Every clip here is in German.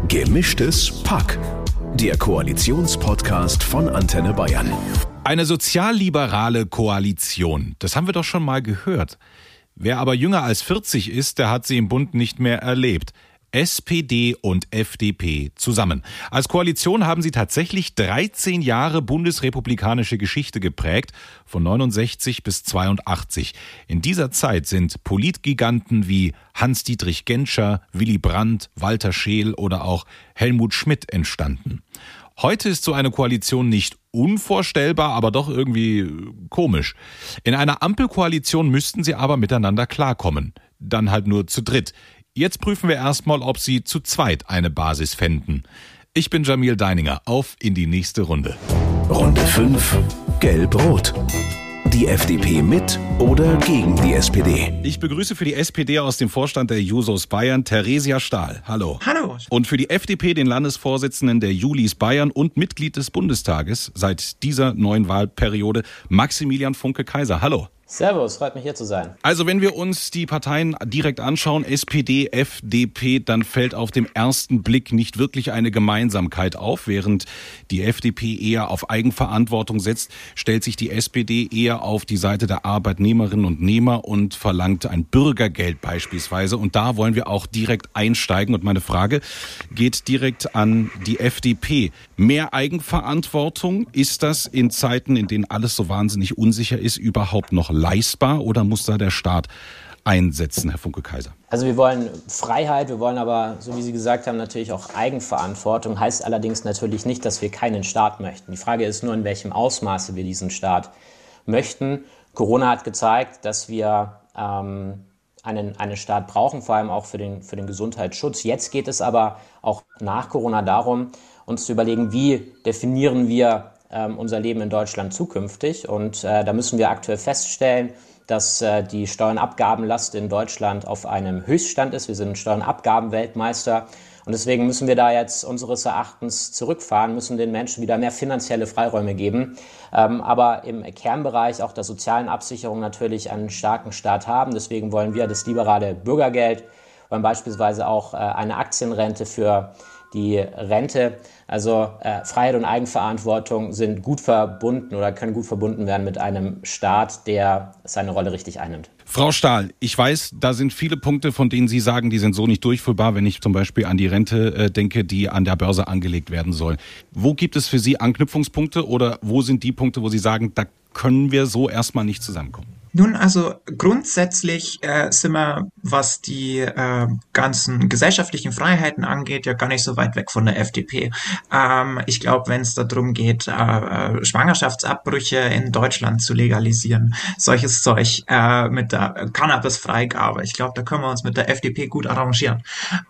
Gemischtes Pack. Der Koalitionspodcast von Antenne Bayern. Eine sozialliberale Koalition, das haben wir doch schon mal gehört. Wer aber jünger als 40 ist, der hat sie im Bund nicht mehr erlebt. SPD und FDP zusammen. Als Koalition haben sie tatsächlich 13 Jahre bundesrepublikanische Geschichte geprägt, von 69 bis 82. In dieser Zeit sind Politgiganten wie Hans-Dietrich Genscher, Willy Brandt, Walter Scheel oder auch Helmut Schmidt entstanden. Heute ist so eine Koalition nicht unvorstellbar, aber doch irgendwie komisch. In einer Ampelkoalition müssten sie aber miteinander klarkommen. Dann halt nur zu dritt. Jetzt prüfen wir erstmal, ob sie zu zweit eine Basis fänden. Ich bin Jamil Deininger. Auf in die nächste Runde. Runde 5. Gelb-Rot. Die FDP mit oder gegen die SPD? Ich begrüße für die SPD aus dem Vorstand der Jusos Bayern Theresia Stahl. Hallo. Hallo. Und für die FDP den Landesvorsitzenden der Julis Bayern und Mitglied des Bundestages seit dieser neuen Wahlperiode Maximilian Funke-Kaiser. Hallo. Servus, freut mich hier zu sein. Also wenn wir uns die Parteien direkt anschauen, SPD, FDP, dann fällt auf den ersten Blick nicht wirklich eine Gemeinsamkeit auf. Während die FDP eher auf Eigenverantwortung setzt, stellt sich die SPD eher auf die Seite der Arbeitnehmerinnen und Nehmer und verlangt ein Bürgergeld beispielsweise. Und da wollen wir auch direkt einsteigen. Und meine Frage geht direkt an die FDP. Mehr Eigenverantwortung, ist das in Zeiten, in denen alles so wahnsinnig unsicher ist, überhaupt noch leistbar oder muss da der Staat einsetzen, Herr Funke-Kaiser? Also wir wollen Freiheit, wir wollen aber, so wie Sie gesagt haben, natürlich auch Eigenverantwortung. Heißt allerdings natürlich nicht, dass wir keinen Staat möchten. Die Frage ist nur, in welchem Ausmaße wir diesen Staat möchten. Corona hat gezeigt, dass wir einen Staat brauchen, vor allem auch für den Gesundheitsschutz. Jetzt geht es aber auch nach Corona darum, uns zu überlegen, wie definieren wir unser Leben in Deutschland zukünftig. Und da müssen wir aktuell feststellen, dass die Steuernabgabenlast in Deutschland auf einem Höchststand ist. Wir sind Steuernabgabenweltmeister. Und deswegen müssen wir da jetzt unseres Erachtens zurückfahren, müssen den Menschen wieder mehr finanzielle Freiräume geben. Aber im Kernbereich auch der sozialen Absicherung natürlich einen starken Staat haben. Deswegen wollen wir das liberale Bürgergeld, wollen beispielsweise auch eine Aktienrente für die Rente. Also Freiheit und Eigenverantwortung sind gut verbunden oder können gut verbunden werden mit einem Staat, der seine Rolle richtig einnimmt. Frau Stahl, ich weiß, da sind viele Punkte, von denen Sie sagen, die sind so nicht durchführbar, wenn ich zum Beispiel an die Rente denke, die an der Börse angelegt werden soll. Wo gibt es für Sie Anknüpfungspunkte oder wo sind die Punkte, wo Sie sagen, da können wir so erstmal nicht zusammenkommen? Nun, also grundsätzlich sind wir, was die ganzen gesellschaftlichen Freiheiten angeht, ja gar nicht so weit weg von der FDP. Ich glaube, wenn es darum geht, Schwangerschaftsabbrüche in Deutschland zu legalisieren, solches Zeug mit der Cannabis-Freigabe, ich glaube, da können wir uns mit der FDP gut arrangieren.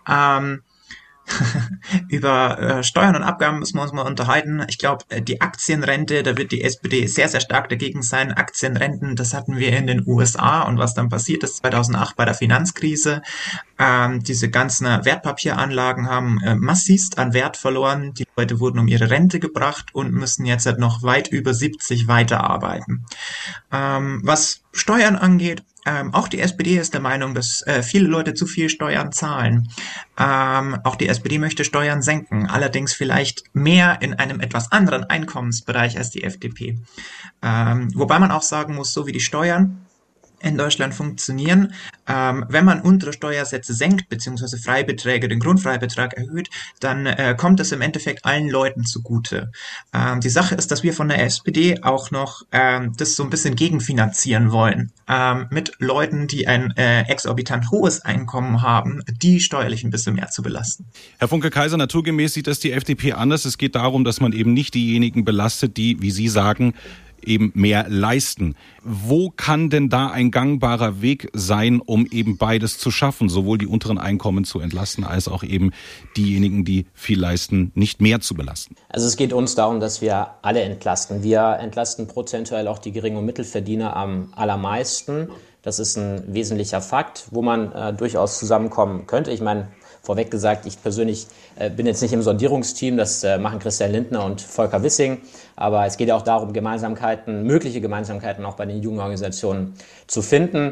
Über Steuern und Abgaben müssen wir uns mal unterhalten. Ich glaube, die Aktienrente, da wird die SPD sehr, sehr stark dagegen sein. Aktienrenten, das hatten wir in den USA und was dann passiert ist 2008 bei der Finanzkrise. Diese ganzen Wertpapieranlagen haben massivst an Wert verloren. Die Leute wurden um ihre Rente gebracht und müssen jetzt halt noch weit über 70 weiterarbeiten. Was Steuern angeht, auch die SPD ist der Meinung, dass viele Leute zu viel Steuern zahlen. Auch die SPD möchte Steuern senken, allerdings vielleicht mehr in einem etwas anderen Einkommensbereich als die FDP. Wobei man auch sagen muss, so wie die Steuern in Deutschland funktionieren, wenn man untere Steuersätze senkt, beziehungsweise Freibeträge, den Grundfreibetrag erhöht, dann kommt es im Endeffekt allen Leuten zugute. Die Sache ist, dass wir von der SPD auch noch das so ein bisschen gegenfinanzieren wollen, mit Leuten, die ein exorbitant hohes Einkommen haben, die steuerlich ein bisschen mehr zu belasten. Herr Funke-Kaiser, naturgemäß sieht das die FDP anders. Es geht darum, dass man eben nicht diejenigen belastet, die, wie Sie sagen, eben mehr leisten. Wo kann denn da ein gangbarer Weg sein, um eben beides zu schaffen, sowohl die unteren Einkommen zu entlasten, als auch eben diejenigen, die viel leisten, nicht mehr zu belasten? Also es geht uns darum, dass wir alle entlasten. Wir entlasten prozentuell auch die Gering- und Mittelverdiener am allermeisten. Das ist ein wesentlicher Fakt, wo man durchaus zusammenkommen könnte. Ich meine, vorweg gesagt, ich persönlich bin jetzt nicht im Sondierungsteam, das machen Christian Lindner und Volker Wissing, aber es geht ja auch darum, mögliche Gemeinsamkeiten auch bei den Jugendorganisationen zu finden.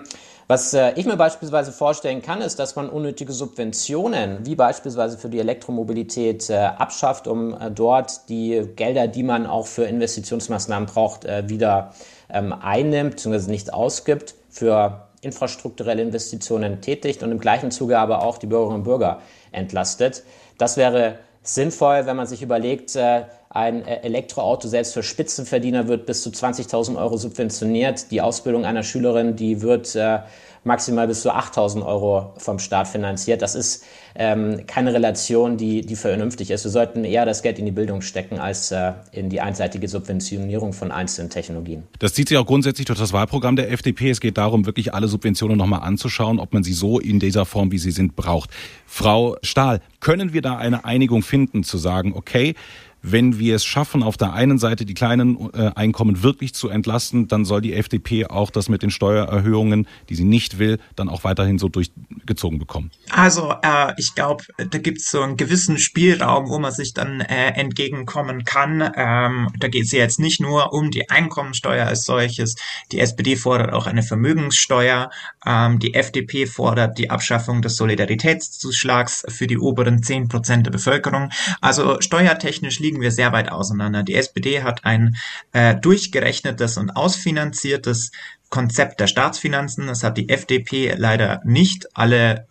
Was ich mir beispielsweise vorstellen kann, ist, dass man unnötige Subventionen, wie beispielsweise für die Elektromobilität, abschafft, um dort die Gelder, die man auch für Investitionsmaßnahmen braucht, wieder einnimmt bzw. nicht ausgibt, für infrastrukturelle Investitionen tätigt und im gleichen Zuge aber auch die Bürgerinnen und Bürger entlastet. Das wäre sinnvoll, wenn man sich überlegt, ein Elektroauto selbst für Spitzenverdiener wird bis zu 20.000 Euro subventioniert. Die Ausbildung einer Schülerin, die wird maximal bis zu 8.000 Euro vom Staat finanziert. Das ist keine Relation, die vernünftig ist. Wir sollten eher das Geld in die Bildung stecken, als in die einseitige Subventionierung von einzelnen Technologien. Das zieht sich auch grundsätzlich durch das Wahlprogramm der FDP. Es geht darum, wirklich alle Subventionen nochmal anzuschauen, ob man sie so in dieser Form, wie sie sind, braucht. Frau Stahl, können wir da eine Einigung finden, zu sagen, okay, wenn wir es schaffen, auf der einen Seite die kleinen Einkommen wirklich zu entlasten, dann soll die FDP auch das mit den Steuererhöhungen, die sie nicht will, dann auch weiterhin so durchgezogen bekommen? Also ich glaube, da gibt es so einen gewissen Spielraum, wo man sich dann entgegenkommen kann. Da geht es ja jetzt nicht nur um die Einkommensteuer als solches. Die SPD fordert auch eine Vermögenssteuer. Die FDP fordert die Abschaffung des Solidaritätszuschlags für die oberen 10% der Bevölkerung. Also steuertechnisch liegen wir sehr weit auseinander. Die SPD hat ein durchgerechnetes und ausfinanziertes Konzept der Staatsfinanzen. Das hat die FDP leider nicht. Alle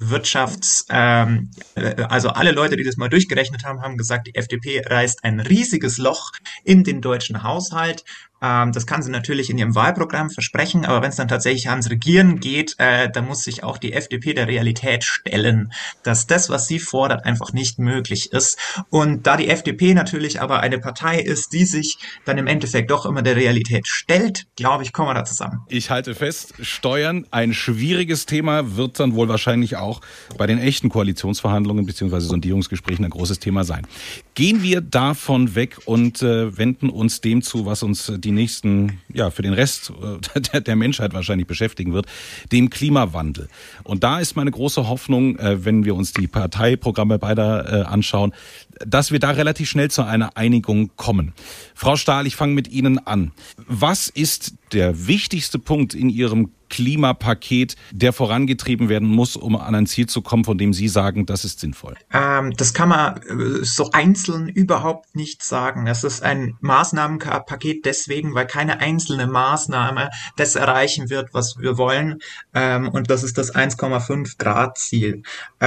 also alle Leute, die das mal durchgerechnet haben, haben gesagt, die FDP reißt ein riesiges Loch in den deutschen Haushalt. Das kann sie natürlich in ihrem Wahlprogramm versprechen, aber wenn es dann tatsächlich ans Regieren geht, dann muss sich auch die FDP der Realität stellen, dass das, was sie fordert, einfach nicht möglich ist. Und da die FDP natürlich aber eine Partei ist, die sich dann im Endeffekt doch immer der Realität stellt, glaube ich, kommen wir da zusammen. Ich halte fest, Steuern, ein schwieriges Thema, wird dann wohl wahrscheinlich auch bei den echten Koalitionsverhandlungen bzw. Sondierungsgesprächen ein großes Thema sein. Gehen wir davon weg und wenden uns dem zu, was uns die nächsten, für den Rest der Menschheit wahrscheinlich beschäftigen wird, dem Klimawandel. Und da ist meine große Hoffnung, wenn wir uns die Parteiprogramme beider anschauen, dass wir da relativ schnell zu einer Einigung kommen. Frau Stahl, ich fange mit Ihnen an. Was ist der wichtigste Punkt in Ihrem Klimapaket, der vorangetrieben werden muss, um an ein Ziel zu kommen, von dem Sie sagen, das ist sinnvoll? Das kann man so einzeln überhaupt nicht sagen. Das ist ein Maßnahmenpaket deswegen, weil keine einzelne Maßnahme das erreichen wird, was wir wollen. Und das ist das 1,5 Grad Ziel.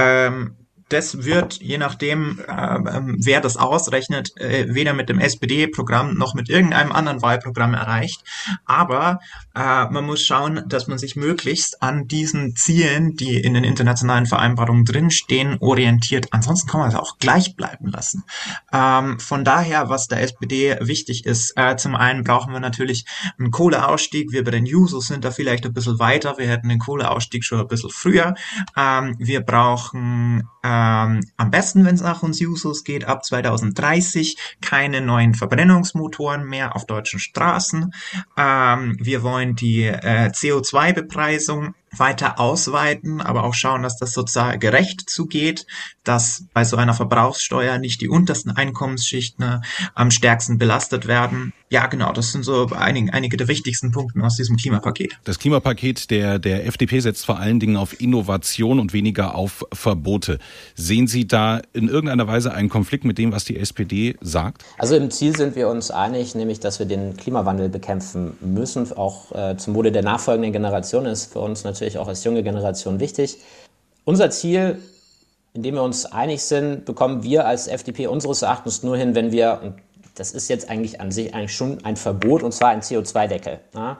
Das wird, je nachdem, wer das ausrechnet, weder mit dem SPD-Programm noch mit irgendeinem anderen Wahlprogramm erreicht. Aber man muss schauen, dass man sich möglichst an diesen Zielen, die in den internationalen Vereinbarungen drinstehen, orientiert. Ansonsten kann man es auch gleich bleiben lassen. Von daher, was der SPD wichtig ist, zum einen brauchen wir natürlich einen Kohleausstieg. Wir bei den Jusos sind da vielleicht ein bisschen weiter. Wir hätten den Kohleausstieg schon ein bisschen früher. Wir brauchen am besten, wenn es nach uns Jusos geht, ab 2030 keine neuen Verbrennungsmotoren mehr auf deutschen Straßen. Wir wollen die CO2-Bepreisung weiter ausweiten, aber auch schauen, dass das sozial gerecht zugeht, dass bei so einer Verbrauchssteuer nicht die untersten Einkommensschichten am stärksten belastet werden. Ja, genau, das sind so einige der wichtigsten Punkte aus diesem Klimapaket. Das Klimapaket der FDP setzt vor allen Dingen auf Innovation und weniger auf Verbote. Sehen Sie da in irgendeiner Weise einen Konflikt mit dem, was die SPD sagt? Also im Ziel sind wir uns einig, nämlich, dass wir den Klimawandel bekämpfen müssen. Auch zum Wohle der nachfolgenden Generation ist für uns natürlich auch als junge Generation wichtig. Unser Ziel, in dem wir uns einig sind, bekommen wir als FDP unseres Erachtens nur hin, wenn wir, und das ist jetzt eigentlich an sich eigentlich schon ein Verbot, und zwar ein CO2-Deckel. Ja?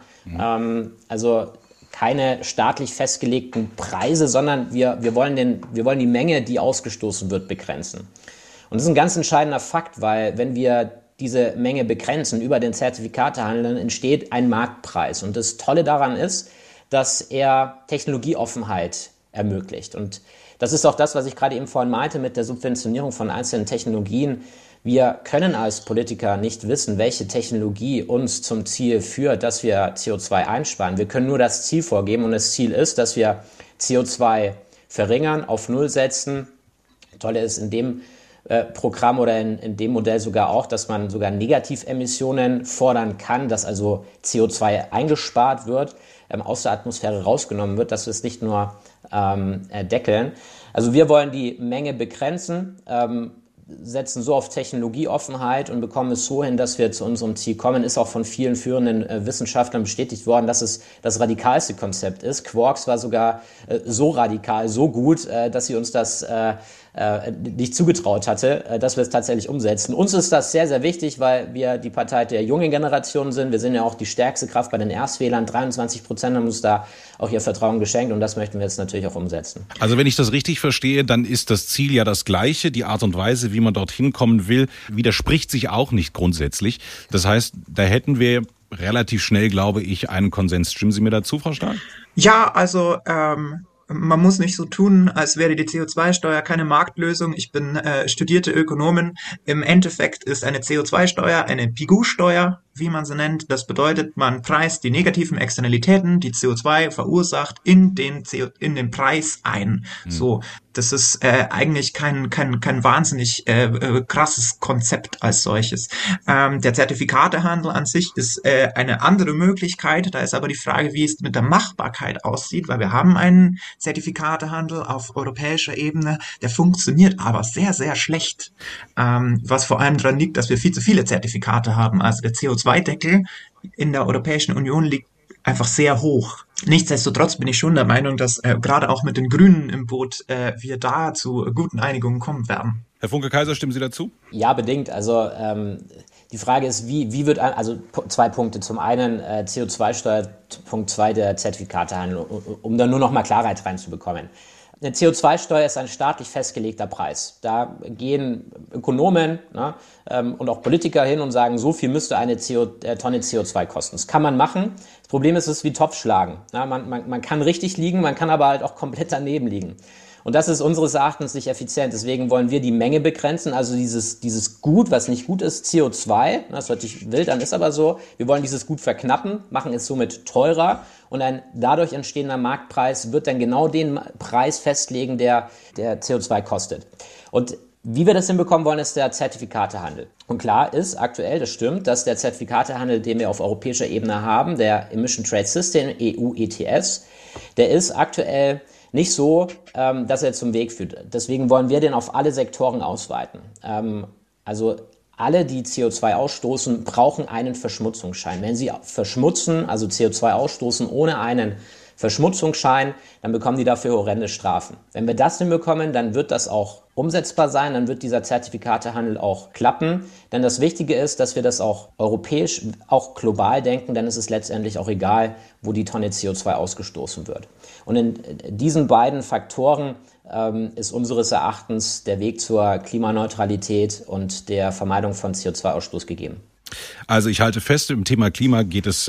Also keine staatlich festgelegten Preise, sondern wir wollen die Menge, die ausgestoßen wird, begrenzen. Und das ist ein ganz entscheidender Fakt, weil wenn wir diese Menge begrenzen, über den Zertifikatehandel, entsteht ein Marktpreis. Und das Tolle daran ist, dass er Technologieoffenheit ermöglicht. Und das ist auch das, was ich gerade eben vorhin meinte mit der Subventionierung von einzelnen Technologien. Wir können als Politiker nicht wissen, welche Technologie uns zum Ziel führt, dass wir CO2 einsparen. Wir können nur das Ziel vorgeben und das Ziel ist, dass wir CO2 verringern, auf Null setzen. Das Tolle ist, in dem Programm oder in dem Modell sogar auch, dass man sogar Negativemissionen fordern kann, dass also CO2 eingespart wird, aus der Atmosphäre rausgenommen wird, dass wir es nicht nur deckeln. Also wir wollen die Menge begrenzen, setzen so auf Technologieoffenheit und bekommen es so hin, dass wir zu unserem Ziel kommen. Ist auch von vielen führenden Wissenschaftlern bestätigt worden, dass es das radikalste Konzept ist. Quarks war sogar so radikal, so gut, dass sie uns das nicht zugetraut hatte, dass wir es tatsächlich umsetzen. Uns ist das sehr, sehr wichtig, weil wir die Partei der jungen Generation sind. Wir sind ja auch die stärkste Kraft bei den Erstwählern. 23% haben uns da auch ihr Vertrauen geschenkt und das möchten wir jetzt natürlich auch umsetzen. Also wenn ich das richtig verstehe, dann ist das Ziel ja das gleiche. Die Art und Weise, wie man dorthin kommen will, widerspricht sich auch nicht grundsätzlich. Das heißt, da hätten wir relativ schnell, glaube ich, einen Konsens. Stimmen Sie mir dazu, Frau Stahl? Ja, also man muss nicht so tun, als wäre die CO2-Steuer keine Marktlösung. Ich bin studierte Ökonomin. Im Endeffekt ist eine CO2-Steuer eine Pigou-Steuer, wie man sie nennt. Das bedeutet, man preist die negativen Externalitäten, die CO2 verursacht, in den Preis ein. So, das ist eigentlich kein wahnsinnig krasses Konzept als solches. Der Zertifikatehandel an sich ist eine andere Möglichkeit. Da ist aber die Frage, wie es mit der Machbarkeit aussieht, weil wir haben einen Zertifikatehandel auf europäischer Ebene, der funktioniert aber sehr, sehr schlecht. Was vor allem daran liegt, dass wir viel zu viele Zertifikate haben. Also der CO2-Deckel in der Europäischen Union liegt einfach sehr hoch. Nichtsdestotrotz bin ich schon der Meinung, dass gerade auch mit den Grünen im Boot wir da zu guten Einigungen kommen werden. Herr Funke-Kaiser, stimmen Sie dazu? Ja, bedingt. Also die Frage ist, wie wird, also 2 Punkte. Zum einen CO2-Steuer, Punkt 2 der Zertifikatehandel, um da nur noch mal Klarheit reinzubekommen. Eine CO2-Steuer ist ein staatlich festgelegter Preis. Da gehen Ökonomen und auch Politiker hin und sagen, so viel müsste eine Tonne CO2 kosten. Das kann man machen. Das Problem ist, es ist wie Topfschlagen. Ja, man kann richtig liegen, man kann aber halt auch komplett daneben liegen. Und das ist unseres Erachtens nicht effizient. Deswegen wollen wir die Menge begrenzen, also dieses Gut, was nicht gut ist, CO2, das hört sich wild an, ist aber so. Wir wollen dieses Gut verknappen, machen es somit teurer und ein dadurch entstehender Marktpreis wird dann genau den Preis festlegen, der CO2 kostet. Und wie wir das hinbekommen wollen, ist der Zertifikatehandel. Und klar ist aktuell, das stimmt, dass der Zertifikatehandel, den wir auf europäischer Ebene haben, der Emission Trade System, EU ETS, der ist aktuell nicht so, dass er zum Weg führt. Deswegen wollen wir den auf alle Sektoren ausweiten. Also alle, die CO2 ausstoßen, brauchen einen Verschmutzungsschein. Wenn sie verschmutzen, also CO2 ausstoßen ohne einen Verschmutzungsschein, dann bekommen die dafür horrende Strafen. Wenn wir das hinbekommen, dann wird das auch umsetzbar sein, dann wird dieser Zertifikatehandel auch klappen. Denn das Wichtige ist, dass wir das auch europäisch, auch global denken, denn es ist letztendlich auch egal, wo die Tonne CO2 ausgestoßen wird. Und in diesen beiden Faktoren ist unseres Erachtens der Weg zur Klimaneutralität und der Vermeidung von CO2-Ausstoß gegeben. Also ich halte fest, im Thema Klima geht es,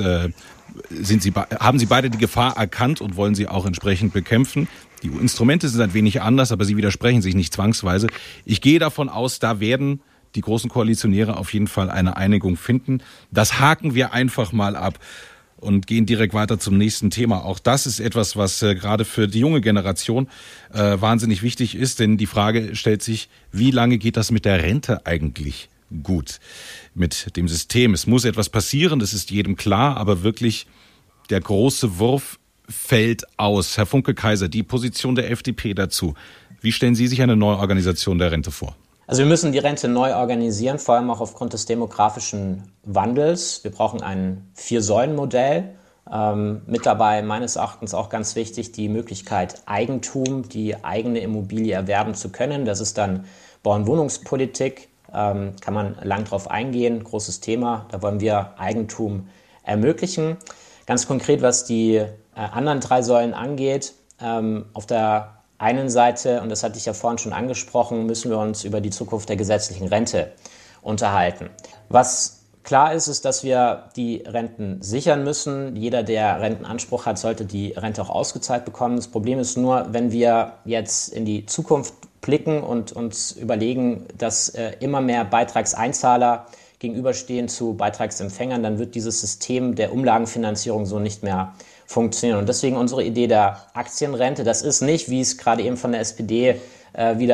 haben Sie beide die Gefahr erkannt und wollen sie auch entsprechend bekämpfen. Die Instrumente sind ein wenig anders, aber sie widersprechen sich nicht zwangsweise. Ich gehe davon aus, da werden die großen Koalitionäre auf jeden Fall eine Einigung finden. Das haken wir einfach mal ab und gehen direkt weiter zum nächsten Thema. Auch das ist etwas, was gerade für die junge Generation wahnsinnig wichtig ist, denn die Frage stellt sich, wie lange geht das mit der Rente eigentlich gut? Mit dem System. Es muss etwas passieren, das ist jedem klar, aber wirklich der große Wurf fällt aus. Herr Funke-Kaiser, die Position der FDP dazu. Wie stellen Sie sich eine Neuorganisation der Rente vor? Also wir müssen die Rente neu organisieren, vor allem auch aufgrund des demografischen Wandels. Wir brauchen ein 4-Säulen-Modell. Mit dabei meines Erachtens auch ganz wichtig die Möglichkeit, Eigentum, die eigene Immobilie erwerben zu können. Das ist dann Bau- und Wohnungspolitik. Kann man lang drauf eingehen, großes Thema. Da wollen wir Eigentum ermöglichen. Ganz konkret, was die anderen 3 Säulen angeht, auf der einen Seite, und das hatte ich ja vorhin schon angesprochen, müssen wir uns über die Zukunft der gesetzlichen Rente unterhalten. Was klar ist, ist, dass wir die Renten sichern müssen. Jeder, der Rentenanspruch hat, sollte die Rente auch ausgezahlt bekommen. Das Problem ist nur, wenn wir jetzt in die Zukunft blicken und uns überlegen, dass immer mehr Beitragseinzahler gegenüberstehen zu Beitragsempfängern, dann wird dieses System der Umlagenfinanzierung so nicht mehr funktionieren. Und deswegen unsere Idee der Aktienrente, das ist nicht, wie es gerade eben von der SPD wieder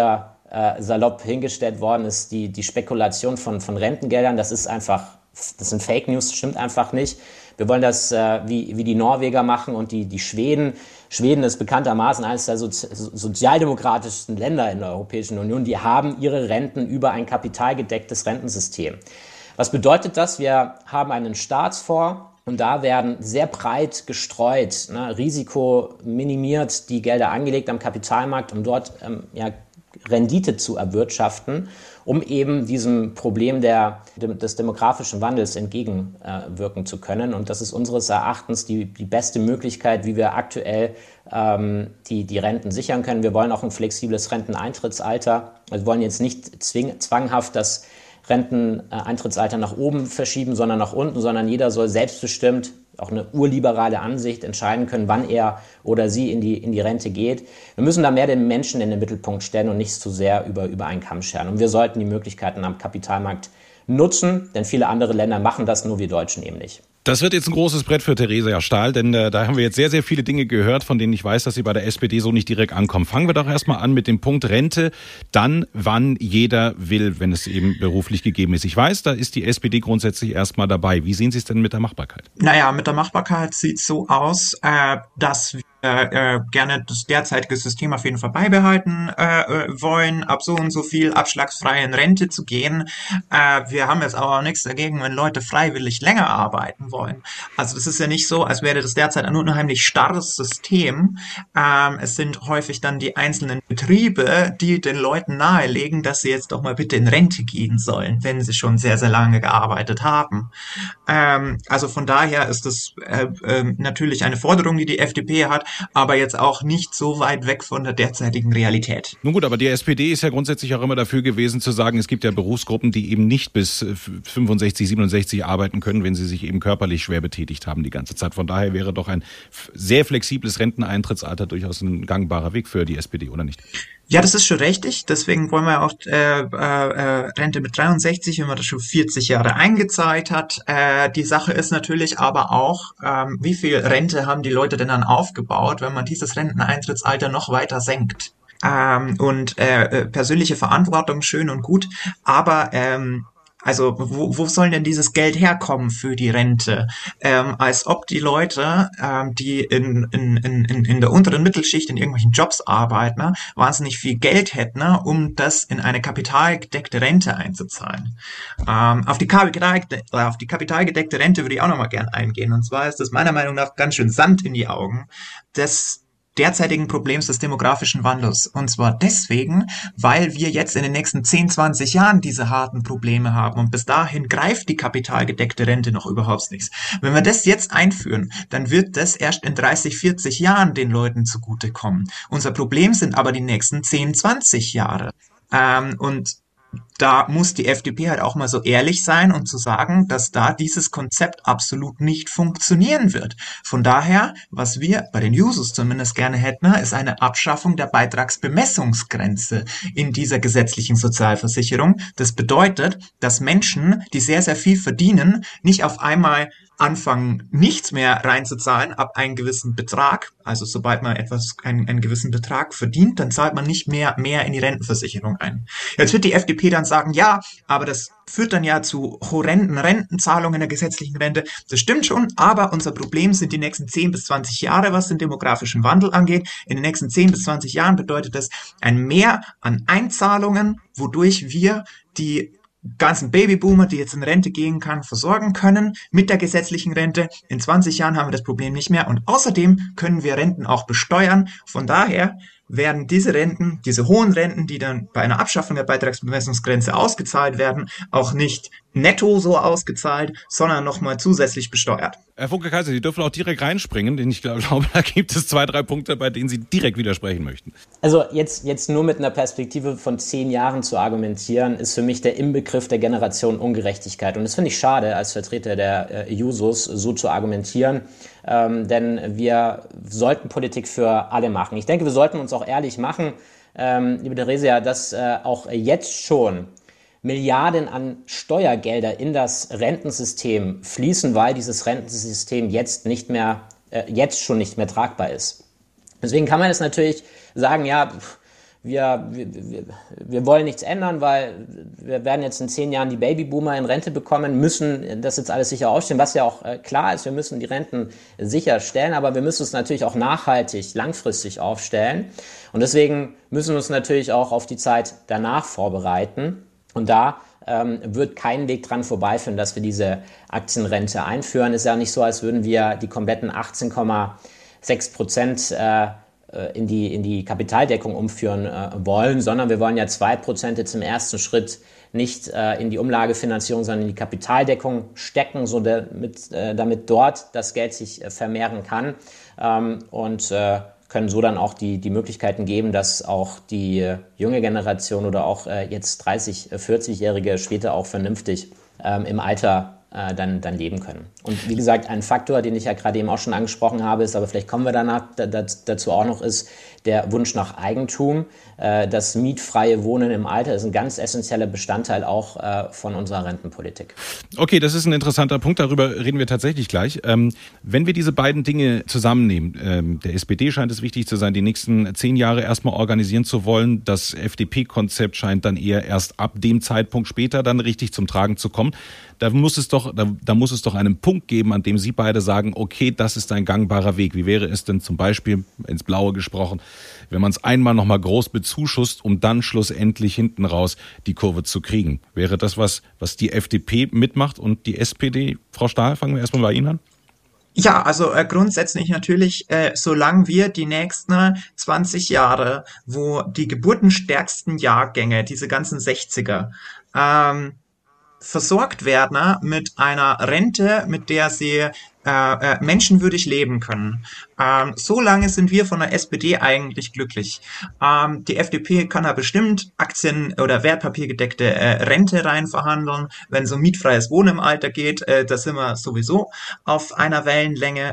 salopp hingestellt worden ist, die Spekulation von Rentengeldern, das sind Fake News, stimmt einfach nicht. Wir wollen das wie die Norweger machen und die Schweden. Schweden ist bekanntermaßen eines der sozialdemokratischsten Länder in der Europäischen Union. Die haben ihre Renten über ein kapitalgedecktes Rentensystem. Was bedeutet das? Wir haben einen Staatsfonds und da werden sehr breit gestreut, Risiko minimiert, die Gelder angelegt am Kapitalmarkt, um dort Rendite zu erwirtschaften, um eben diesem Problem des demografischen Wandels entgegenwirken zu können. Und das ist unseres Erachtens die beste Möglichkeit, wie wir aktuell die Renten sichern können. Wir wollen auch ein flexibles Renteneintrittsalter. Wir wollen jetzt nicht zwanghaft das Renteneintrittsalter nach oben verschieben, sondern nach unten, sondern jeder soll selbstbestimmt, auch eine urliberale Ansicht, entscheiden können, wann er oder sie in die Rente geht. Wir müssen da mehr den Menschen in den Mittelpunkt stellen und nicht zu sehr über einen Kamm scheren. Und wir sollten die Möglichkeiten am Kapitalmarkt nutzen, denn viele andere Länder machen das, nur wir Deutschen eben nicht. Das wird jetzt ein großes Brett für Theresia Stahl, denn da haben wir jetzt sehr, sehr viele Dinge gehört, von denen ich weiß, dass sie bei der SPD so nicht direkt ankommen. Fangen wir doch erstmal an mit dem Punkt Rente, dann wann jeder will, wenn es eben beruflich gegeben ist. Ich weiß, da ist die SPD grundsätzlich erstmal dabei. Wie sehen Sie es denn mit der Machbarkeit? Naja, mit der Machbarkeit sieht es so aus, dass wir gerne das derzeitige System auf jeden Fall beibehalten wollen, ab so und so viel abschlagsfrei in Rente zu gehen. Wir haben jetzt aber auch nichts dagegen, wenn Leute freiwillig länger arbeiten wollen. Also das ist ja nicht so, als wäre das derzeit ein unheimlich starres System. Es sind häufig dann die einzelnen Betriebe, die den Leuten nahelegen, dass sie jetzt doch mal bitte in Rente gehen sollen, wenn sie schon sehr, sehr lange gearbeitet haben. Also von daher ist das natürlich eine Forderung, die die FDP hat, aber jetzt auch nicht so weit weg von der derzeitigen Realität. Nun gut, aber die SPD ist ja grundsätzlich auch immer dafür gewesen zu sagen, es gibt ja Berufsgruppen, die eben nicht bis 65, 67 arbeiten können, wenn sie sich eben körperlich schwer betätigt haben die ganze Zeit. Von daher wäre doch ein sehr flexibles Renteneintrittsalter durchaus ein gangbarer Weg für die SPD, oder nicht? Ja, das ist schon richtig. Deswegen wollen wir auch Rente mit 63, wenn man das schon 40 Jahre eingezahlt hat. Die Sache ist natürlich aber auch, wie viel Rente haben die Leute denn dann aufgebaut, wenn man dieses Renteneintrittsalter noch weiter senkt. Persönliche Verantwortung schön und gut, aber also wo soll denn dieses Geld herkommen für die Rente? Als ob die Leute, die in der unteren Mittelschicht in irgendwelchen Jobs arbeiten, wahnsinnig viel Geld hätten, um das in eine kapitalgedeckte Rente einzuzahlen. Auf die kapitalgedeckte Rente würde ich auch nochmal gern eingehen. Und zwar ist das meiner Meinung nach ganz schön Sand in die Augen des derzeitigen Problems des demografischen Wandels. Und zwar deswegen, weil wir jetzt in den nächsten 10, 20 Jahren diese harten Probleme haben. Und bis dahin greift die kapitalgedeckte Rente noch überhaupt nichts. Wenn wir das jetzt einführen, dann wird das erst in 30, 40 Jahren den Leuten zugutekommen. Unser Problem sind aber die nächsten 10, 20 Jahre. Und da muss die FDP halt auch mal so ehrlich sein und zu sagen, dass da dieses Konzept absolut nicht funktionieren wird. Von daher, was wir bei den Jusos zumindest gerne hätten, ist eine Abschaffung der Beitragsbemessungsgrenze in dieser gesetzlichen Sozialversicherung. Das bedeutet, dass Menschen, die sehr, sehr viel verdienen, nicht auf einmal anfangen, nichts mehr reinzuzahlen ab einem gewissen Betrag. Also sobald man einen gewissen Betrag verdient, dann zahlt man nicht mehr in die Rentenversicherung ein. Jetzt wird die FDP dann sagen, ja, aber das führt dann ja zu horrenden Rentenzahlungen in der gesetzlichen Rente. Das stimmt schon, aber unser Problem sind die nächsten 10 bis 20 Jahre, was den demografischen Wandel angeht. In den nächsten 10 bis 20 Jahren bedeutet das ein Mehr an Einzahlungen, wodurch wir die ganzen Babyboomer, die jetzt in Rente gehen kann, versorgen können mit der gesetzlichen Rente. In 20 Jahren haben wir das Problem nicht mehr und außerdem können wir Renten auch besteuern. Von daher werden diese Renten, diese hohen Renten, die dann bei einer Abschaffung der Beitragsbemessungsgrenze ausgezahlt werden, auch nicht netto so ausgezahlt, sondern nochmal zusätzlich besteuert. Herr Funke-Kaiser, Sie dürfen auch direkt reinspringen, denn ich glaube, da gibt es 2, 3 Punkte, bei denen Sie direkt widersprechen möchten. Also jetzt nur mit einer Perspektive von 10 Jahren zu argumentieren, ist für mich der Inbegriff der Generation Ungerechtigkeit. Und das finde ich schade, als Vertreter der Jusos so zu argumentieren, denn wir sollten Politik für alle machen. Ich denke, wir sollten uns auch ehrlich machen, liebe Theresia, dass auch jetzt schon Milliarden an Steuergelder in das Rentensystem fließen, weil dieses Rentensystem jetzt schon nicht mehr tragbar ist. Deswegen kann man jetzt natürlich sagen, ja, wir wollen nichts ändern, weil wir werden jetzt in 10 Jahren die Babyboomer in Rente bekommen, müssen das jetzt alles sicher aufstellen, was ja auch klar ist, wir müssen die Renten sicherstellen, aber wir müssen es natürlich auch nachhaltig, langfristig aufstellen. Und deswegen müssen wir uns natürlich auch auf die Zeit danach vorbereiten. Und da wird kein Weg dran vorbeiführen, dass wir diese Aktienrente einführen. Ist ja nicht so, als würden wir die kompletten 18,6% in die Kapitaldeckung umführen wollen, sondern wir wollen ja 2% jetzt im ersten Schritt nicht in die Umlagefinanzierung, sondern in die Kapitaldeckung stecken, so damit dort das Geld sich vermehren kann und können so dann auch die Möglichkeiten geben, dass auch die junge Generation oder auch jetzt 30-, 40-Jährige später auch vernünftig im Alter dann leben können. Und wie gesagt, ein Faktor, den ich ja gerade eben auch schon angesprochen habe, ist, aber vielleicht kommen wir danach dazu auch noch, ist der Wunsch nach Eigentum. Das mietfreie Wohnen im Alter ist ein ganz essentieller Bestandteil auch von unserer Rentenpolitik. Okay, das ist ein interessanter Punkt, darüber reden wir tatsächlich gleich. Wenn wir diese beiden Dinge zusammennehmen, der SPD scheint es wichtig zu sein, die nächsten 10 Jahre erstmal organisieren zu wollen. Das FDP-Konzept scheint dann eher erst ab dem Zeitpunkt später dann richtig zum Tragen zu kommen. Da muss es doch einen Punkt geben, an dem Sie beide sagen, okay, das ist ein gangbarer Weg. Wie wäre es denn zum Beispiel, ins Blaue gesprochen, wenn man es einmal nochmal groß bezuschusst, um dann schlussendlich hinten raus die Kurve zu kriegen? Wäre das was die FDP mitmacht und die SPD? Frau Stahl, fangen wir erstmal bei Ihnen an. Ja, also grundsätzlich natürlich, solange wir die nächsten 20 Jahre, wo die geburtenstärksten Jahrgänge, diese ganzen 60er, versorgt werden mit einer Rente, mit der sie menschenwürdig leben können. So lange sind wir von der SPD eigentlich glücklich. Die FDP kann da bestimmt Aktien- oder Wertpapiergedeckte Rente rein verhandeln. Wenn es um mietfreies Wohnen im Alter geht, da sind wir sowieso auf einer Wellenlänge.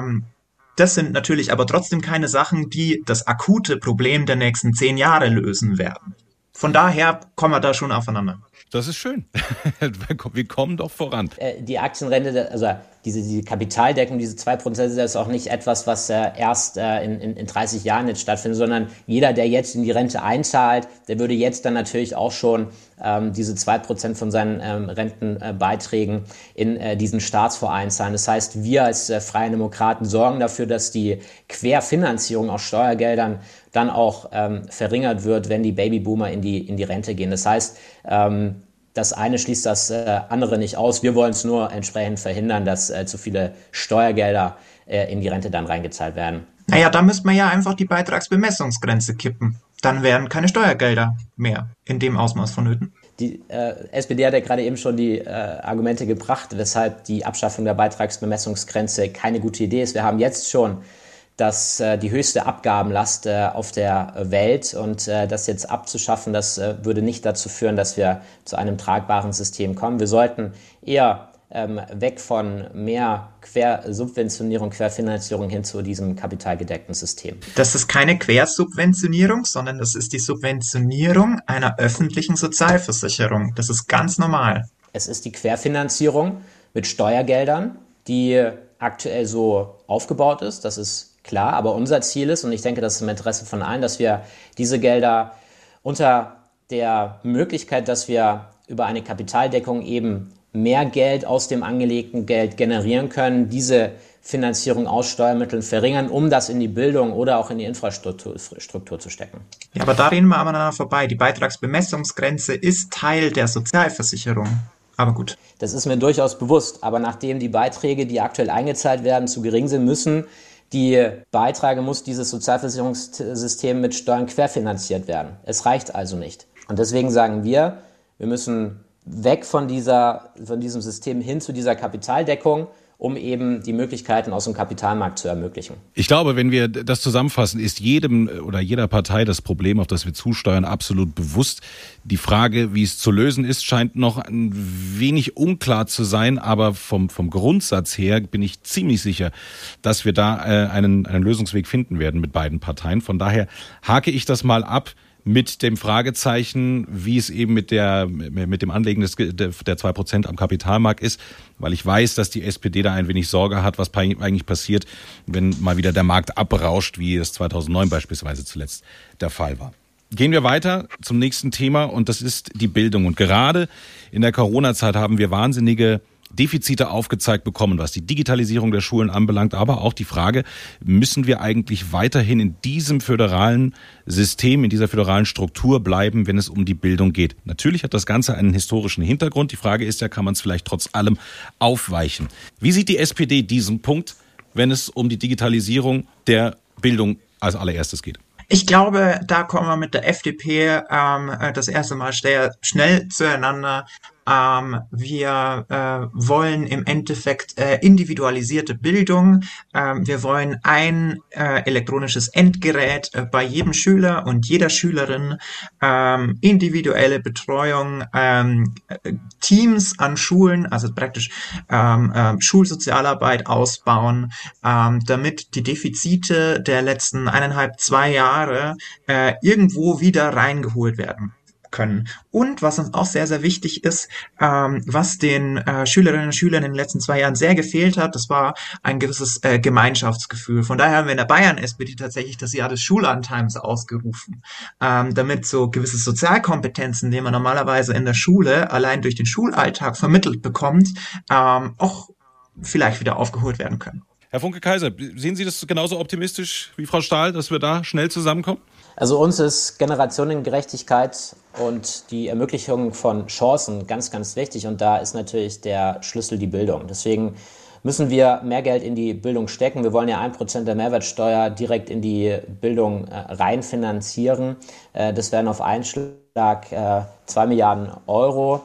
Das sind natürlich aber trotzdem keine Sachen, die das akute Problem der nächsten 10 Jahre lösen werden. Von daher kommen wir da schon aufeinander. Das ist schön. Wir kommen doch voran. Die Aktienrente, also diese Kapitaldeckung, diese 2%, ist auch nicht etwas, was erst in 30 Jahren jetzt stattfindet, sondern jeder, der jetzt in die Rente einzahlt, der würde jetzt dann natürlich auch schon diese 2% von seinen Rentenbeiträgen in diesen Staatsfonds zahlen. Das heißt, wir als Freie Demokraten sorgen dafür, dass die Querfinanzierung aus Steuergeldern dann auch verringert wird, wenn die Babyboomer in die Rente gehen. Das heißt, das eine schließt das andere nicht aus. Wir wollen es nur entsprechend verhindern, dass zu viele Steuergelder in die Rente dann reingezahlt werden. Naja, da müsste man ja einfach die Beitragsbemessungsgrenze kippen. Dann wären keine Steuergelder mehr in dem Ausmaß vonnöten. Die SPD hat ja gerade eben schon die Argumente gebracht, weshalb die Abschaffung der Beitragsbemessungsgrenze keine gute Idee ist. Wir haben jetzt schon die höchste Abgabenlast auf der Welt und das jetzt abzuschaffen, das würde nicht dazu führen, dass wir zu einem tragbaren System kommen. Wir sollten eher weg von mehr Quersubventionierung, Querfinanzierung hin zu diesem kapitalgedeckten System. Das ist keine Quersubventionierung, sondern das ist die Subventionierung einer öffentlichen Sozialversicherung. Das ist ganz normal. Es ist die Querfinanzierung mit Steuergeldern, die aktuell so aufgebaut ist. Das ist klar, aber unser Ziel ist, und ich denke, das ist im Interesse von allen, dass wir diese Gelder unter der Möglichkeit, dass wir über eine Kapitaldeckung eben mehr Geld aus dem angelegten Geld generieren können, diese Finanzierung aus Steuermitteln verringern, um das in die Bildung oder auch in die Infrastruktur zu stecken. Ja, aber da reden wir aneinander vorbei. Die Beitragsbemessungsgrenze ist Teil der Sozialversicherung. Aber gut. Das ist mir durchaus bewusst. Aber nachdem die Beiträge, die aktuell eingezahlt werden, zu gering sind, muss dieses Sozialversicherungssystem mit Steuern querfinanziert werden. Es reicht also nicht. Und deswegen sagen wir müssen weg von diesem System hin zu dieser Kapitaldeckung, um eben die Möglichkeiten aus dem Kapitalmarkt zu ermöglichen. Ich glaube, wenn wir das zusammenfassen, ist jedem oder jeder Partei das Problem, auf das wir zusteuern, absolut bewusst. Die Frage, wie es zu lösen ist, scheint noch ein wenig unklar zu sein, aber vom Grundsatz her bin ich ziemlich sicher, dass wir da einen Lösungsweg finden werden mit beiden Parteien. Von daher hake ich das mal ab mit dem Fragezeichen, wie es eben mit dem Anlegen der 2% am Kapitalmarkt ist, weil ich weiß, dass die SPD da ein wenig Sorge hat, was eigentlich passiert, wenn mal wieder der Markt abrauscht, wie es 2009 beispielsweise zuletzt der Fall war. Gehen wir weiter zum nächsten Thema und das ist die Bildung. Und gerade in der Corona-Zeit haben wir wahnsinnige Defizite aufgezeigt bekommen, was die Digitalisierung der Schulen anbelangt, aber auch die Frage, müssen wir eigentlich weiterhin in diesem föderalen System, in dieser föderalen Struktur bleiben, wenn es um die Bildung geht? Natürlich hat das Ganze einen historischen Hintergrund. Die Frage ist ja, kann man es vielleicht trotz allem aufweichen? Wie sieht die SPD diesen Punkt, wenn es um die Digitalisierung der Bildung als allererstes geht? Ich glaube, da kommen wir mit der FDP das erste Mal schnell zueinander. Wir wollen im Endeffekt individualisierte Bildung. Wir wollen ein elektronisches Endgerät bei jedem Schüler und jeder Schülerin, individuelle Betreuung, Teams an Schulen, also praktisch Schulsozialarbeit ausbauen, damit die Defizite der letzten 2 Jahre irgendwo wieder reingeholt werden können. Und was uns auch sehr, sehr wichtig ist, was den Schülerinnen und Schülern in den letzten 2 Jahren sehr gefehlt hat, das war ein gewisses Gemeinschaftsgefühl. Von daher haben wir in der Bayern-SPD tatsächlich das Jahr des Schullandheims ausgerufen, damit so gewisse Sozialkompetenzen, die man normalerweise in der Schule allein durch den Schulalltag vermittelt bekommt, auch vielleicht wieder aufgeholt werden können. Herr Funke-Kaiser, sehen Sie das genauso optimistisch wie Frau Stahl, dass wir da schnell zusammenkommen? Also uns ist Generationengerechtigkeit und die Ermöglichung von Chancen ganz, ganz wichtig. Und da ist natürlich der Schlüssel die Bildung. Deswegen müssen wir mehr Geld in die Bildung stecken. Wir wollen ja 1% der Mehrwertsteuer direkt in die Bildung reinfinanzieren. Das wären auf einen Schlag 2 Milliarden Euro.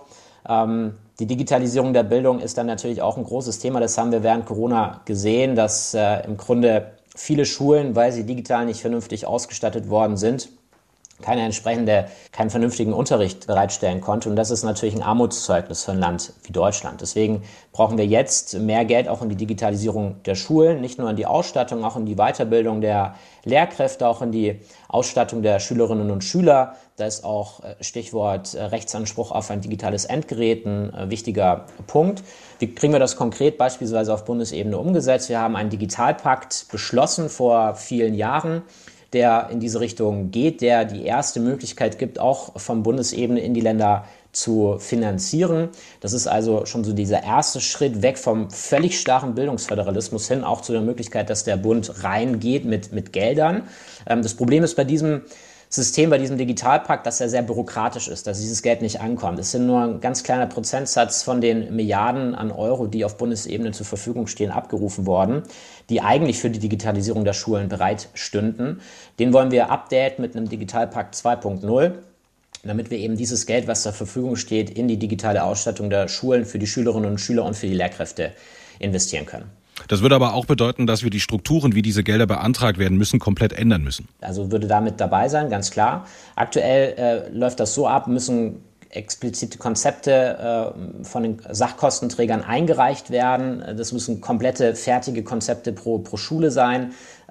Die Digitalisierung der Bildung ist dann natürlich auch ein großes Thema. Das haben wir während Corona gesehen, dass im Grunde viele Schulen, weil sie digital nicht vernünftig ausgestattet worden sind, keinen vernünftigen Unterricht bereitstellen konnte. Und das ist natürlich ein Armutszeugnis für ein Land wie Deutschland. Deswegen brauchen wir jetzt mehr Geld auch in die Digitalisierung der Schulen, nicht nur in die Ausstattung, auch in die Weiterbildung der Lehrkräfte, auch in die Ausstattung der Schülerinnen und Schüler. Da ist auch Stichwort Rechtsanspruch auf ein digitales Endgerät ein wichtiger Punkt. Wie kriegen wir das konkret beispielsweise auf Bundesebene umgesetzt? Wir haben einen Digitalpakt beschlossen vor vielen Jahren, der in diese Richtung geht, der die erste Möglichkeit gibt, auch von Bundesebene in die Länder zu finanzieren. Das ist also schon so dieser erste Schritt weg vom völlig starren Bildungsföderalismus hin, auch zu der Möglichkeit, dass der Bund reingeht mit Geldern. Das Problem ist bei diesem System, bei diesem Digitalpakt, dass er sehr bürokratisch ist, dass dieses Geld nicht ankommt. Es sind nur ein ganz kleiner Prozentsatz von den Milliarden an Euro, die auf Bundesebene zur Verfügung stehen, abgerufen worden, die eigentlich für die Digitalisierung der Schulen bereit stünden. Den wollen wir updaten mit einem Digitalpakt 2.0, damit wir eben dieses Geld, was zur Verfügung steht, in die digitale Ausstattung der Schulen für die Schülerinnen und Schüler und für die Lehrkräfte investieren können. Das würde aber auch bedeuten, dass wir die Strukturen, wie diese Gelder beantragt werden müssen, komplett ändern müssen. Also würde damit dabei sein, ganz klar. Aktuell läuft das so ab, müssen explizite Konzepte von den Sachkostenträgern eingereicht werden. Das müssen komplette, fertige Konzepte pro Schule sein.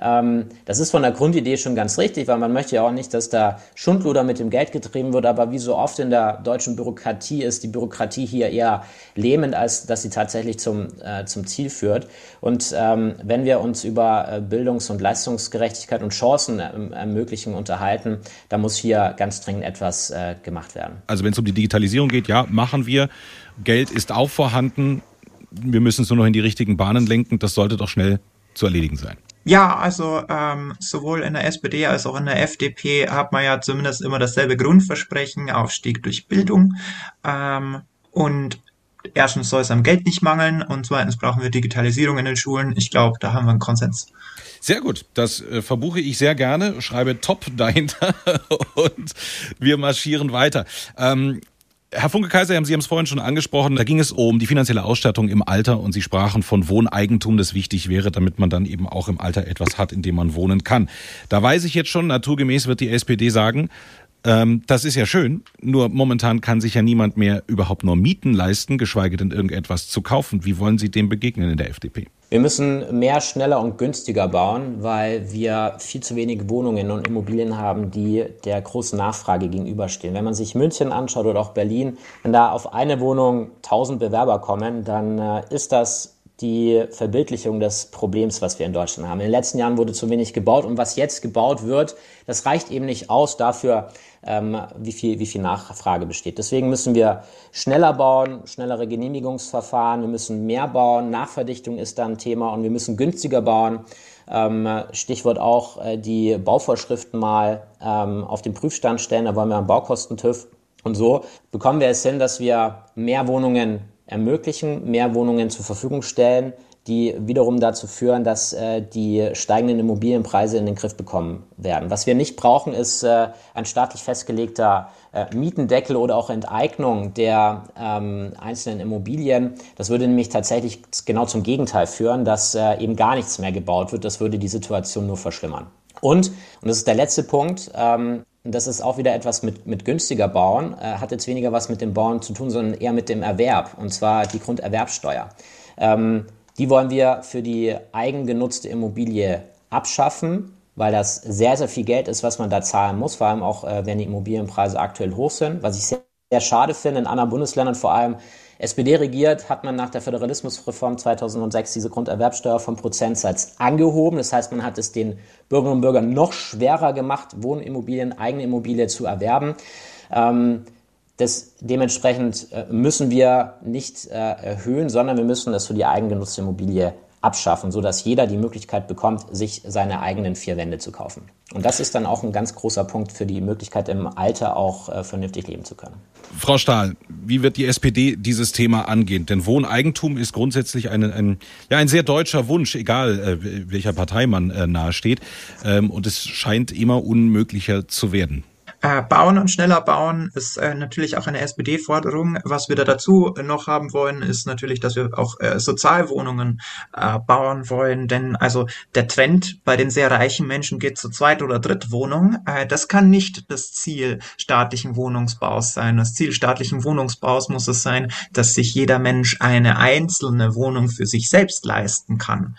Das ist von der Grundidee schon ganz richtig, weil man möchte ja auch nicht, dass da Schundluder mit dem Geld getrieben wird, aber wie so oft in der deutschen Bürokratie ist die Bürokratie hier eher lähmend, als dass sie tatsächlich zum Ziel führt. Und wenn wir uns über Bildungs- und Leistungsgerechtigkeit und Chancen ermöglichen unterhalten, da muss hier ganz dringend etwas gemacht werden. Also wenn es um die Digitalisierung geht, ja, machen wir. Geld ist auch vorhanden. Wir müssen es nur noch in die richtigen Bahnen lenken. Das sollte doch schnell zu erledigen sein. Ja, also sowohl in der SPD als auch in der FDP hat man ja zumindest immer dasselbe Grundversprechen, Aufstieg durch Bildung. Und erstens soll es am Geld nicht mangeln und zweitens brauchen wir Digitalisierung in den Schulen. Ich glaube, da haben wir einen Konsens. Sehr gut, das verbuche ich sehr gerne, schreibe top dahinter und wir marschieren weiter. Herr Funke-Kaiser, Sie haben es vorhin schon angesprochen, da ging es um die finanzielle Ausstattung im Alter und Sie sprachen von Wohneigentum, das wichtig wäre, damit man dann eben auch im Alter etwas hat, in dem man wohnen kann. Da weiß ich jetzt schon, naturgemäß wird die SPD sagen, das ist ja schön, nur momentan kann sich ja niemand mehr überhaupt nur Mieten leisten, geschweige denn irgendetwas zu kaufen. Wie wollen Sie dem begegnen in der FDP? Wir müssen mehr, schneller und günstiger bauen, weil wir viel zu wenige Wohnungen und Immobilien haben, die der großen Nachfrage gegenüberstehen. Wenn man sich München anschaut oder auch Berlin, wenn da auf eine Wohnung 1000 Bewerber kommen, dann ist das die Verbildlichung des Problems, was wir in Deutschland haben. In den letzten Jahren wurde zu wenig gebaut und was jetzt gebaut wird, das reicht eben nicht aus dafür, wie viel Nachfrage besteht. Deswegen müssen wir schneller bauen, schnellere Genehmigungsverfahren, wir müssen mehr bauen, Nachverdichtung ist da ein Thema und wir müssen günstiger bauen. Stichwort auch die Bauvorschriften mal auf den Prüfstand stellen, da wollen wir einen Baukosten-TÜV. Und so bekommen wir es hin, dass wir mehr Wohnungen ermöglichen, mehr Wohnungen zur Verfügung stellen, die wiederum dazu führen, dass die steigenden Immobilienpreise in den Griff bekommen werden. Was wir nicht brauchen, ist ein staatlich festgelegter Mietendeckel oder auch Enteignung der einzelnen Immobilien. Das würde nämlich tatsächlich genau zum Gegenteil führen, dass eben gar nichts mehr gebaut wird. Das würde die Situation nur verschlimmern. Und das ist der letzte Punkt, das ist auch wieder etwas mit günstiger Bauen, hat jetzt weniger was mit dem Bauen zu tun, sondern eher mit dem Erwerb, und zwar die Grunderwerbsteuer. Die wollen wir für die eigengenutzte Immobilie abschaffen, weil das sehr, sehr viel Geld ist, was man da zahlen muss, vor allem auch, wenn die Immobilienpreise aktuell hoch sind. Was ich sehr, sehr schade finde, in anderen Bundesländern, vor allem SPD regiert, hat man nach der Föderalismusreform 2006 diese Grunderwerbsteuer vom Prozentsatz angehoben. Das heißt, man hat es den Bürgerinnen und Bürgern noch schwerer gemacht, Wohnimmobilien, eigene Immobilie zu erwerben. Dementsprechend müssen wir nicht erhöhen, sondern wir müssen das für die eigengenutzte Immobilie abschaffen, sodass jeder die Möglichkeit bekommt, sich seine eigenen 4 Wände zu kaufen. Und das ist dann auch ein ganz großer Punkt für die Möglichkeit, im Alter auch vernünftig leben zu können. Frau Stahl, wie wird die SPD dieses Thema angehen? Denn Wohneigentum ist grundsätzlich ein sehr deutscher Wunsch, egal welcher Partei man nahesteht. Und es scheint immer unmöglicher zu werden. Bauen und schneller bauen ist natürlich auch eine SPD-Forderung. Was wir da dazu noch haben wollen, ist natürlich, dass wir auch Sozialwohnungen bauen wollen. Denn also der Trend bei den sehr reichen Menschen geht zur Zweit- oder Drittwohnung. Das kann nicht das Ziel staatlichen Wohnungsbaus sein. Das Ziel staatlichen Wohnungsbaus muss es sein, dass sich jeder Mensch eine einzelne Wohnung für sich selbst leisten kann.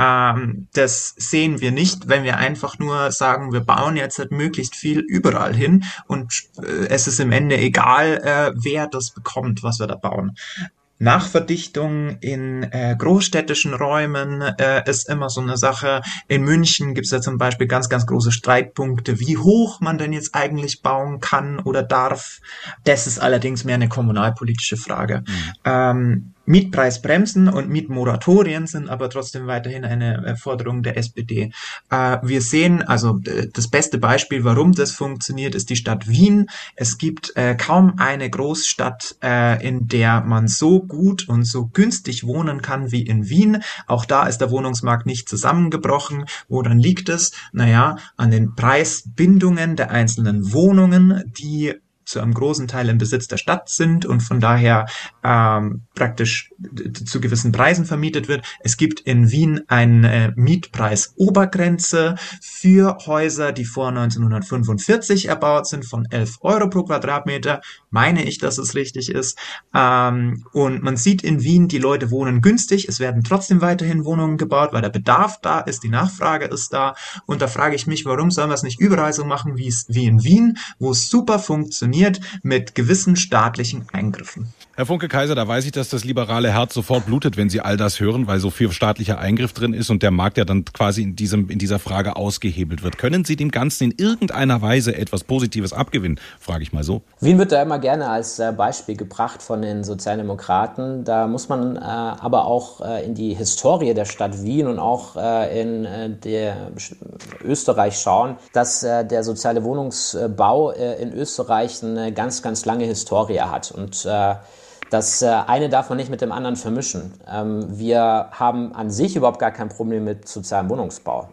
Das sehen wir nicht, wenn wir einfach nur sagen, wir bauen jetzt halt möglichst viel überall hin. Und es ist im Ende egal, wer das bekommt, was wir da bauen. Nachverdichtung in großstädtischen Räumen ist immer so eine Sache. In München gibt es ja zum Beispiel ganz, ganz große Streitpunkte, wie hoch man denn jetzt eigentlich bauen kann oder darf. Das ist allerdings mehr eine kommunalpolitische Frage. Mietpreisbremsen und Mietmoratorien sind aber trotzdem weiterhin eine Forderung der SPD. Wir sehen, also das beste Beispiel, warum das funktioniert, ist die Stadt Wien. Es gibt kaum eine Großstadt, in der man so gut und so günstig wohnen kann wie in Wien. Auch da ist der Wohnungsmarkt nicht zusammengebrochen. Woran liegt es? Naja, an den Preisbindungen der einzelnen Wohnungen, die zu einem großen Teil im Besitz der Stadt sind und von daher praktisch zu gewissen Preisen vermietet wird. Es gibt in Wien eine Mietpreisobergrenze für Häuser, die vor 1945 erbaut sind, von 11 Euro pro Quadratmeter. Meine ich, dass es richtig ist. Und man sieht in Wien, die Leute wohnen günstig. Es werden trotzdem weiterhin Wohnungen gebaut, weil der Bedarf da ist, die Nachfrage ist da. Und da frage ich mich, warum sollen wir es nicht überall so machen wie in Wien, wo es super funktioniert mit gewissen staatlichen Eingriffen. Herr Funke-Kaiser, da weiß ich, dass das liberale Herz sofort blutet, wenn Sie all das hören, weil so viel staatlicher Eingriff drin ist und der Markt ja dann quasi in dieser Frage ausgehebelt wird. Können Sie dem Ganzen in irgendeiner Weise etwas Positives abgewinnen, frage ich mal so. Wien wird da immer gerne als Beispiel gebracht von den Sozialdemokraten. Da muss man aber auch in die Historie der Stadt Wien und auch in der Österreich schauen, dass der soziale Wohnungsbau in Österreich eine ganz, ganz lange Historie hat. Und das eine darf man nicht mit dem anderen vermischen. Wir haben an sich überhaupt gar kein Problem mit sozialem Wohnungsbau.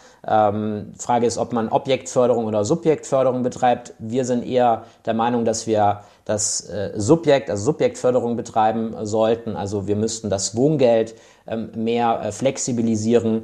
Frage ist, ob man Objektförderung oder Subjektförderung betreibt. Wir sind eher der Meinung, dass wir das Subjektförderung betreiben sollten. Also wir müssten das Wohngeld mehr flexibilisieren.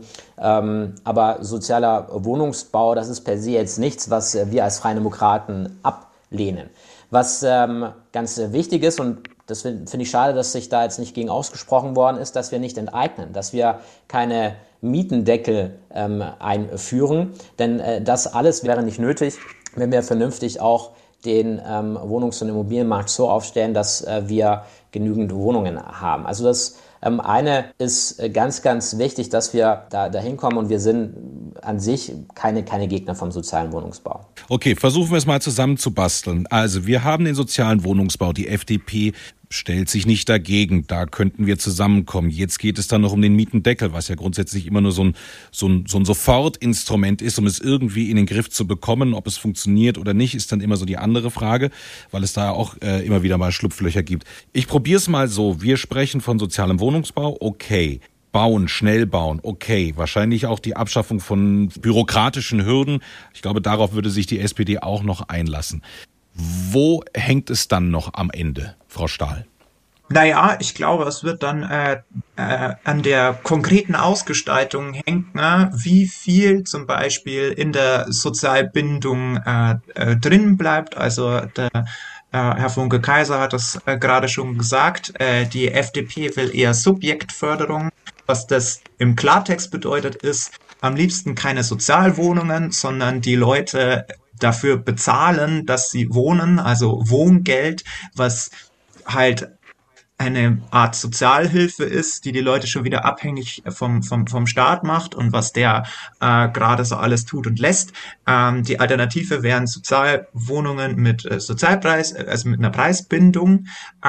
Aber sozialer Wohnungsbau, das ist per se jetzt nichts, was wir als Freie Demokraten ablehnen. Was ganz wichtig ist, und das finde ich schade, dass sich da jetzt nicht gegen ausgesprochen worden ist, dass wir nicht enteignen, dass wir keine Mietendeckel einführen, denn das alles wäre nicht nötig, wenn wir vernünftig auch den Wohnungs- und Immobilienmarkt so aufstellen, dass wir genügend Wohnungen haben. Also das Eine ist ganz, ganz wichtig, dass wir da hinkommen, und wir sind an sich keine Gegner vom sozialen Wohnungsbau. Okay, versuchen wir es mal zusammenzubasteln. Also wir haben den sozialen Wohnungsbau. Die FDP stellt sich nicht dagegen. Da könnten wir zusammenkommen. Jetzt geht es dann noch um den Mietendeckel, was ja grundsätzlich immer nur so ein Sofortinstrument ist, um es irgendwie in den Griff zu bekommen. Ob es funktioniert oder nicht, ist dann immer so die andere Frage, weil es da auch immer wieder mal Schlupflöcher gibt. Ich probiere es mal so. Wir sprechen von sozialem Wohnungsbau. Okay. Bauen, schnell bauen, okay. Wahrscheinlich auch die Abschaffung von bürokratischen Hürden. Ich glaube, darauf würde sich die SPD auch noch einlassen. Wo hängt es dann noch am Ende, Frau Stahl? Naja, ich glaube, es wird dann an der konkreten Ausgestaltung hängen, ne? Wie viel zum Beispiel in der Sozialbindung drin bleibt. Also der Herr Funke-Kaiser hat das gerade schon gesagt, die FDP will eher Subjektförderung. Was das im Klartext bedeutet, ist am liebsten keine Sozialwohnungen, sondern die Leute dafür bezahlen, dass sie wohnen, also Wohngeld, was halt eine Art Sozialhilfe ist, die Leute schon wieder abhängig vom Staat macht und was der gerade so alles tut und lässt. Die Alternative wären Sozialwohnungen mit Sozialpreis, also mit einer Preisbindung.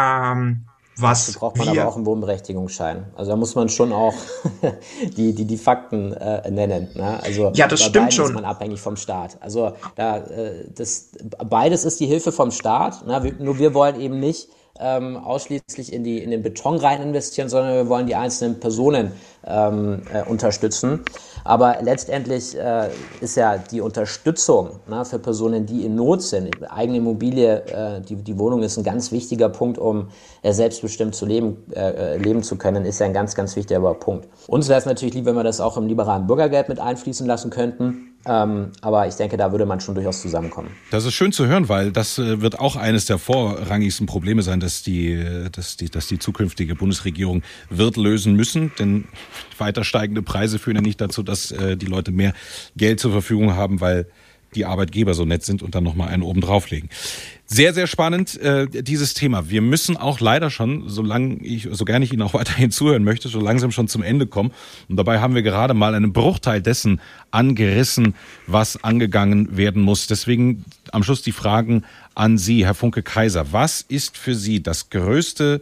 Dazu braucht man aber auch einen Wohnberechtigungsschein. Also da muss man schon auch die Fakten nennen. Ne? Also ja, das stimmt schon. Ist man abhängig vom Staat. Also beides ist die Hilfe vom Staat. Ne? Nur wir wollen eben nicht ausschließlich in den Beton rein investieren, sondern wir wollen die einzelnen Personen unterstützen. Aber letztendlich ist ja die Unterstützung für Personen, die in Not sind, eigene Immobilie, die Wohnung ist ein ganz wichtiger Punkt, um selbstbestimmt zu leben zu können, ist ja ein ganz, ganz wichtiger Punkt. Uns wäre es natürlich lieb, wenn wir das auch im liberalen Bürgergeld mit einfließen lassen könnten. Aber ich denke, da würde man schon durchaus zusammenkommen. Das ist schön zu hören, weil das wird auch eines der vorrangigsten Probleme sein, dass die zukünftige Bundesregierung wird lösen müssen. Denn weiter steigende Preise führen ja nicht dazu, dass die Leute mehr Geld zur Verfügung haben, weil die Arbeitgeber so nett sind und dann nochmal einen oben drauflegen. Sehr, sehr spannend, dieses Thema. Wir müssen auch leider schon, so gerne ich Ihnen auch weiterhin zuhören möchte, so langsam schon zum Ende kommen. Und dabei haben wir gerade mal einen Bruchteil dessen angerissen, was angegangen werden muss. Deswegen am Schluss die Fragen an Sie, Herr Funke-Kaiser. Was ist für Sie das größte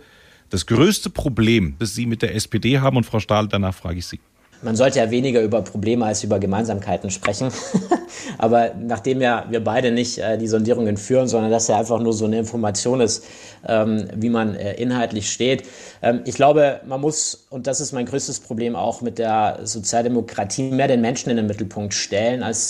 Problem, das Sie mit der SPD haben? Und Frau Stahl, danach frage ich Sie. Man sollte ja weniger über Probleme als über Gemeinsamkeiten sprechen. Aber nachdem ja wir beide nicht die Sondierungen führen, sondern das ja einfach nur so eine Information ist, wie man inhaltlich steht. Ich glaube, man muss, und das ist mein größtes Problem auch mit der Sozialdemokratie, mehr den Menschen in den Mittelpunkt stellen, als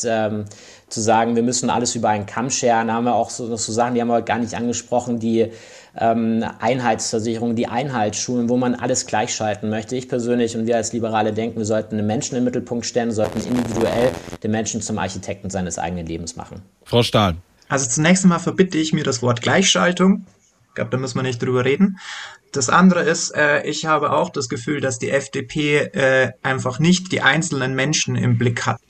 zu sagen, wir müssen alles über einen Kamm scheren. Da haben wir auch so Sachen, die haben wir heute gar nicht angesprochen, die Einheitsversicherung, die Einheitsschulen, wo man alles gleichschalten möchte. Ich persönlich und wir als Liberale denken, wir sollten den Menschen im Mittelpunkt stellen, wir sollten individuell den Menschen zum Architekten seines eigenen Lebens machen. Frau Stahl. Also zunächst einmal verbitte ich mir das Wort Gleichschaltung. Ich glaube, da müssen wir nicht drüber reden. Das andere ist, ich habe auch das Gefühl, dass die FDP einfach nicht die einzelnen Menschen im Blick hat,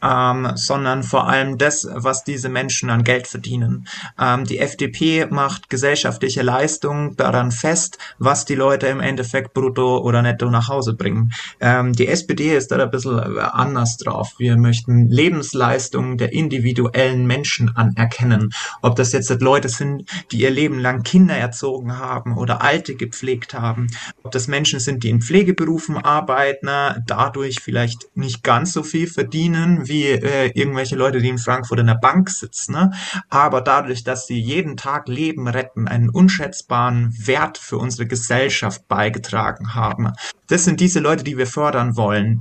sondern vor allem das, was diese Menschen an Geld verdienen. Die FDP macht gesellschaftliche Leistung daran fest, was die Leute im Endeffekt brutto oder netto nach Hause bringen. Die SPD ist da ein bisschen anders drauf. Wir möchten Lebensleistungen der individuellen Menschen anerkennen. Ob das jetzt Leute sind, die ihr Leben lang Kinder erzogen haben oder Alte gepflegt haben, ob das Menschen sind, die in Pflegeberufen arbeiten, dadurch vielleicht nicht ganz so viel verdienen wie irgendwelche Leute, die in Frankfurt in der Bank sitzen, aber dadurch, dass sie jeden Tag Leben retten, einen unschätzbaren Wert für unsere Gesellschaft beigetragen haben. Das sind diese Leute, die wir fördern wollen.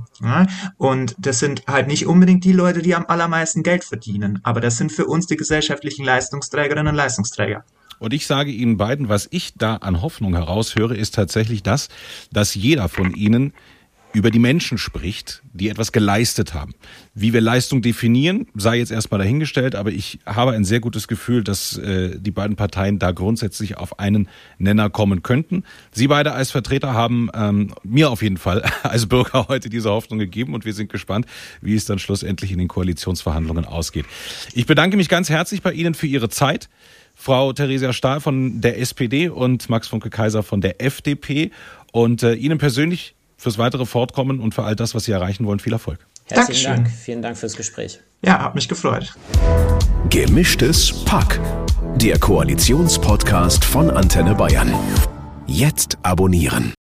Und das sind halt nicht unbedingt die Leute, die am allermeisten Geld verdienen, aber das sind für uns die gesellschaftlichen Leistungsträgerinnen und Leistungsträger. Und ich sage Ihnen beiden, was ich da an Hoffnung heraushöre, ist tatsächlich das, dass jeder von Ihnen über die Menschen spricht, die etwas geleistet haben. Wie wir Leistung definieren, sei jetzt erstmal dahingestellt, aber ich habe ein sehr gutes Gefühl, dass die beiden Parteien da grundsätzlich auf einen Nenner kommen könnten. Sie beide als Vertreter haben mir auf jeden Fall als Bürger heute diese Hoffnung gegeben und wir sind gespannt, wie es dann schlussendlich in den Koalitionsverhandlungen ausgeht. Ich bedanke mich ganz herzlich bei Ihnen für Ihre Zeit. Frau Theresia Stahl von der SPD und Max Funke-Kaiser von der FDP. Und Ihnen persönlich fürs weitere Fortkommen und für all das, was Sie erreichen wollen, viel Erfolg. Herzlichen Dankeschön. Dank. Vielen Dank fürs Gespräch. Ja, hat mich gefreut. Gemischtes Pack. Der Koalitionspodcast von Antenne Bayern. Jetzt abonnieren.